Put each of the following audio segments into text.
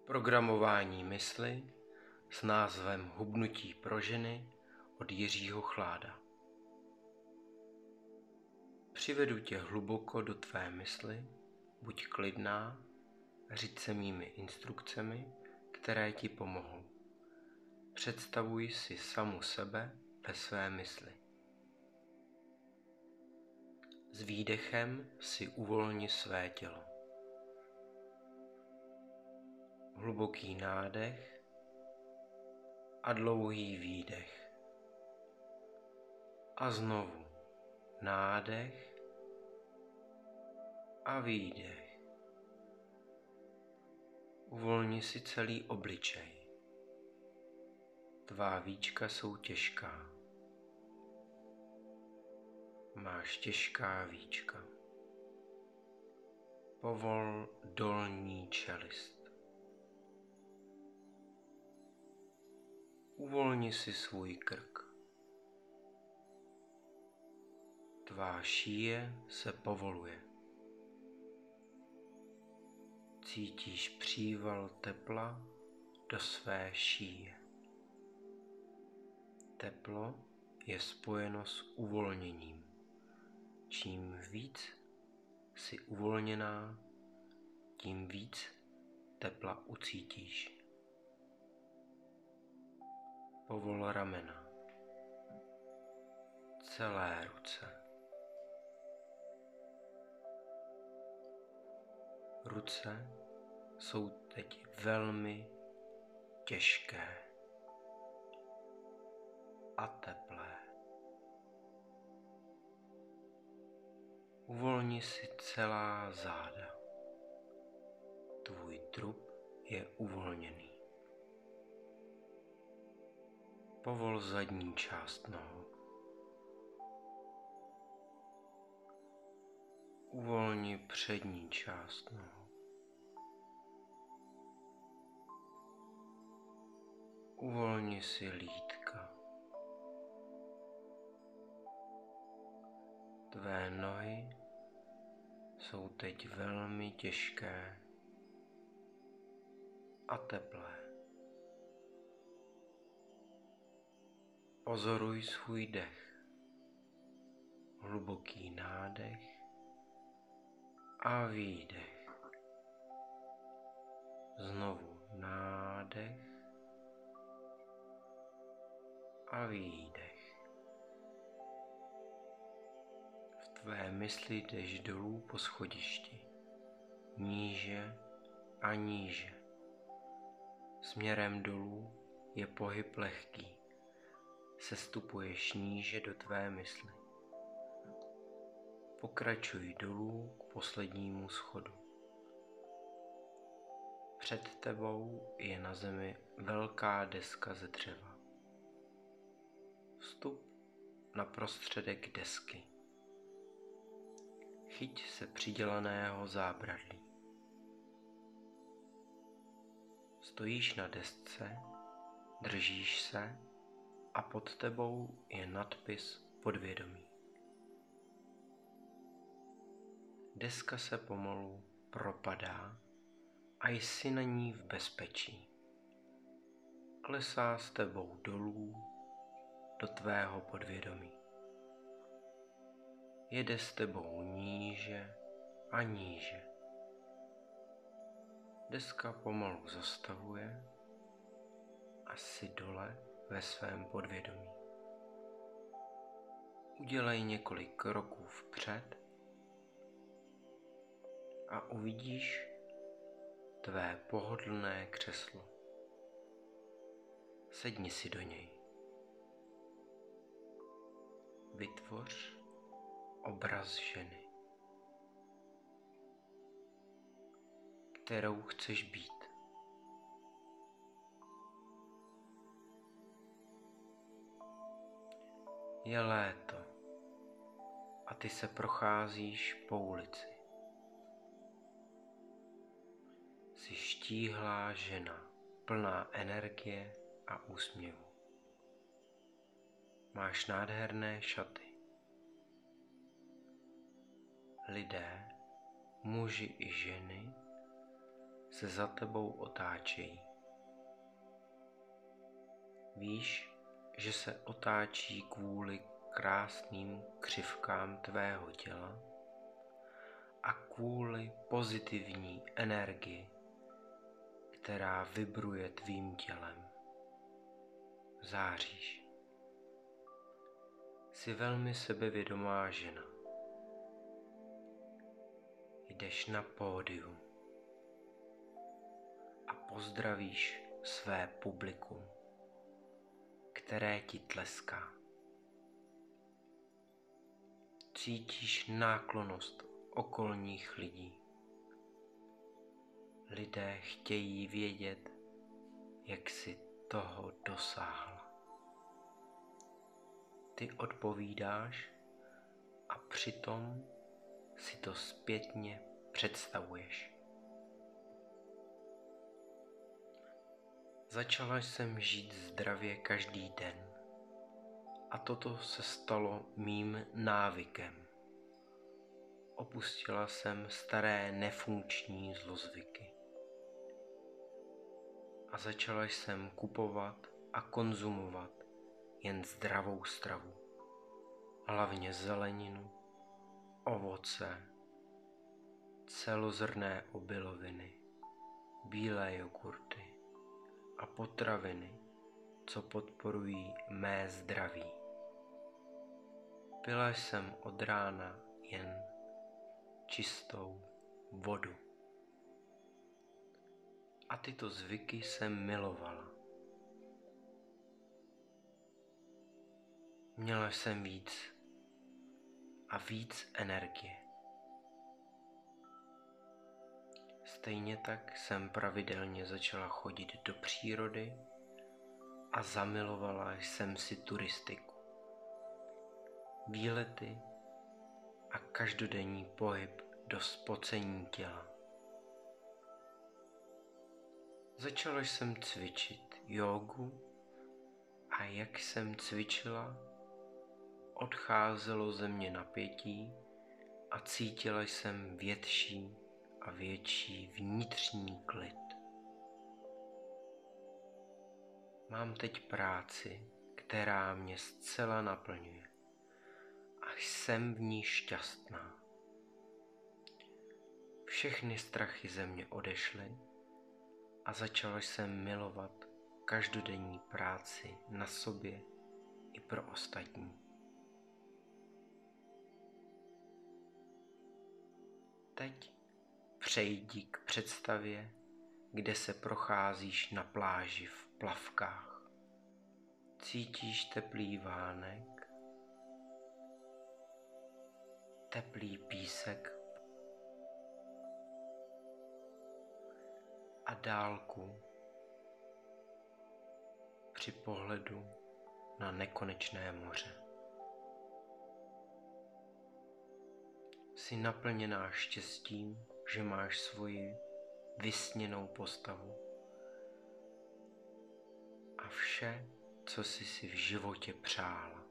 Programování mysli s názvem Hubnutí pro ženy od Jiřího Chláda. Přivedu tě hluboko do tvé mysli, buď klidná, řiď se mými instrukcemi, které ti pomohou. Představuj si samu sebe ve své mysli. S výdechem si uvolni své tělo. Hluboký nádech a dlouhý výdech. A znovu nádech a výdech. Uvolni si celý obličej. Tvá víčka jsou těžká. Máš těžká víčka. Povol dolní čelist. Uvolni si svůj krk. Tvá šíje se povoluje. Cítíš příval tepla do své šíje. Teplo je spojeno s uvolněním. Čím víc jsi uvolněná, tím víc tepla ucítíš. Povol ramena, celé ruce. Ruce jsou teď velmi těžké a teplé. Uvolni si celá záda. Tvůj trup je uvolněný. Povol zadní část nohou. Uvolni přední část nohou. Uvolni si lítka. Tvé nohy jsou teď velmi těžké a teplé. Pozoruj svůj dech. Hluboký nádech a výdech. Znovu nádech a výdech. V tvé mysli jdeš dolů po schodišti, níže a níže. Směrem dolů je pohyb lehký. Sestupuješ níže do tvé mysli. Pokračuj dolů k poslednímu schodu. Před tebou je na zemi velká deska ze dřeva. Vstup na prostředek desky. Chyť se přidělaného zábradlí. Stojíš na desce, držíš se a pod tebou je nadpis podvědomí. Deska se pomalu propadá a jsi na ní v bezpečí. Klesá s tebou dolů do tvého podvědomí. Jede s tebou níže a níže. Deska pomalu zastavuje a jsi dole ve svém podvědomí. Udělej několik kroků vpřed a uvidíš tvé pohodlné křeslo. Sedni si do něj. Vytvoř obraz ženy, kterou chceš být. Je léto a ty se procházíš po ulici. Jsi štíhlá žena, plná energie a úsměvu. Máš nádherné šaty. Lidé, muži i ženy, se za tebou otáčejí. Víš, že se otáčí kvůli krásným křivkám tvého těla a kvůli pozitivní energii, která vibruje tvým tělem. Záříš. Jsi velmi sebevědomá žena. Jdeš na pódium a pozdravíš své publikum, které ti tleská. Cítíš náklonnost okolních lidí. Lidé chtějí vědět, jak jsi toho dosáhla. Ty odpovídáš a přitom si to zpětně představuješ. Začala jsem žít zdravě každý den a toto se stalo mým návykem. Opustila jsem staré nefunkční zlozvyky a začala jsem kupovat a konzumovat jen zdravou stravu, hlavně zeleninu, ovoce, celozrnné obiloviny, bílé jogurty a potraviny, co podporují mé zdraví. Pila jsem od rána jen čistou vodu. A tyto zvyky jsem milovala. Měla jsem víc a víc energie. Stejně tak jsem pravidelně začala chodit do přírody a zamilovala jsem si turistiku. Výlety a každodenní pohyb do spocení těla. Začala jsem cvičit jógu a jak jsem cvičila, odcházelo ze mě napětí a cítila jsem větší a větší vnitřní klid. Mám teď práci, která mě zcela naplňuje a jsem v ní šťastná. Všechny strachy ze mě odešly a začala jsem milovat každodenní práci na sobě i pro ostatní. Teď přejdi k představě, kde se procházíš na pláži v plavkách. Cítíš teplý vánek, teplý písek a dálku při pohledu na nekonečné moře. Jsi naplněná štěstím, že máš svoji vysněnou postavu a vše, co jsi si v životě přála.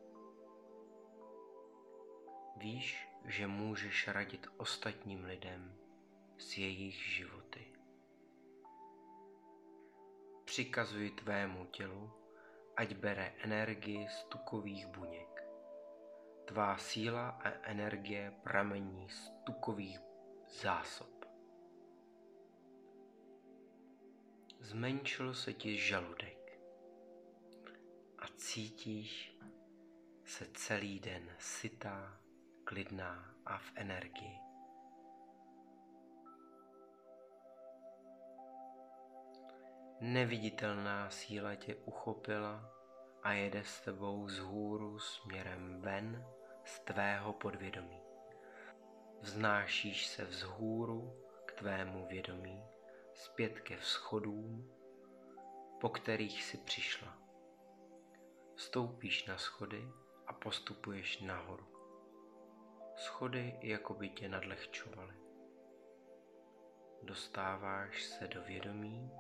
Víš, že můžeš radit ostatním lidem s jejich životy. Přikazuji tvému tělu, ať bere energii z tukových buněk. Tvá síla a energie pramení z tukových zásob. Zmenšil se ti žaludek a cítíš se celý den sytá, klidná a v energii. Neviditelná síla tě uchopila a jede s tebou vzhůru směrem ven z tvého podvědomí. Vznášíš se vzhůru k tvému vědomí, zpět ke schodům, po kterých jsi přišla. Stoupíš na schody a postupuješ nahoru. Schody jako by tě nadlehčovaly. Dostáváš se do vědomí.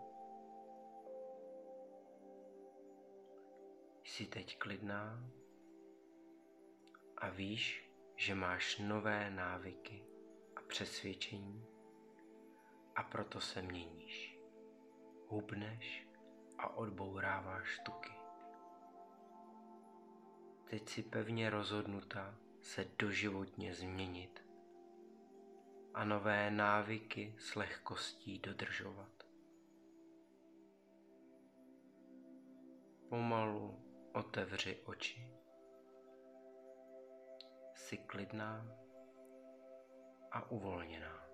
Jsi teď klidná a víš, že máš nové návyky a přesvědčení a proto se měníš. Hubneš a odbouráváš štuky. Teď si pevně rozhodnuta se doživotně změnit a nové návyky s lehkostí dodržovat. Pomalu otevři oči. Jsi klidná a uvolněná.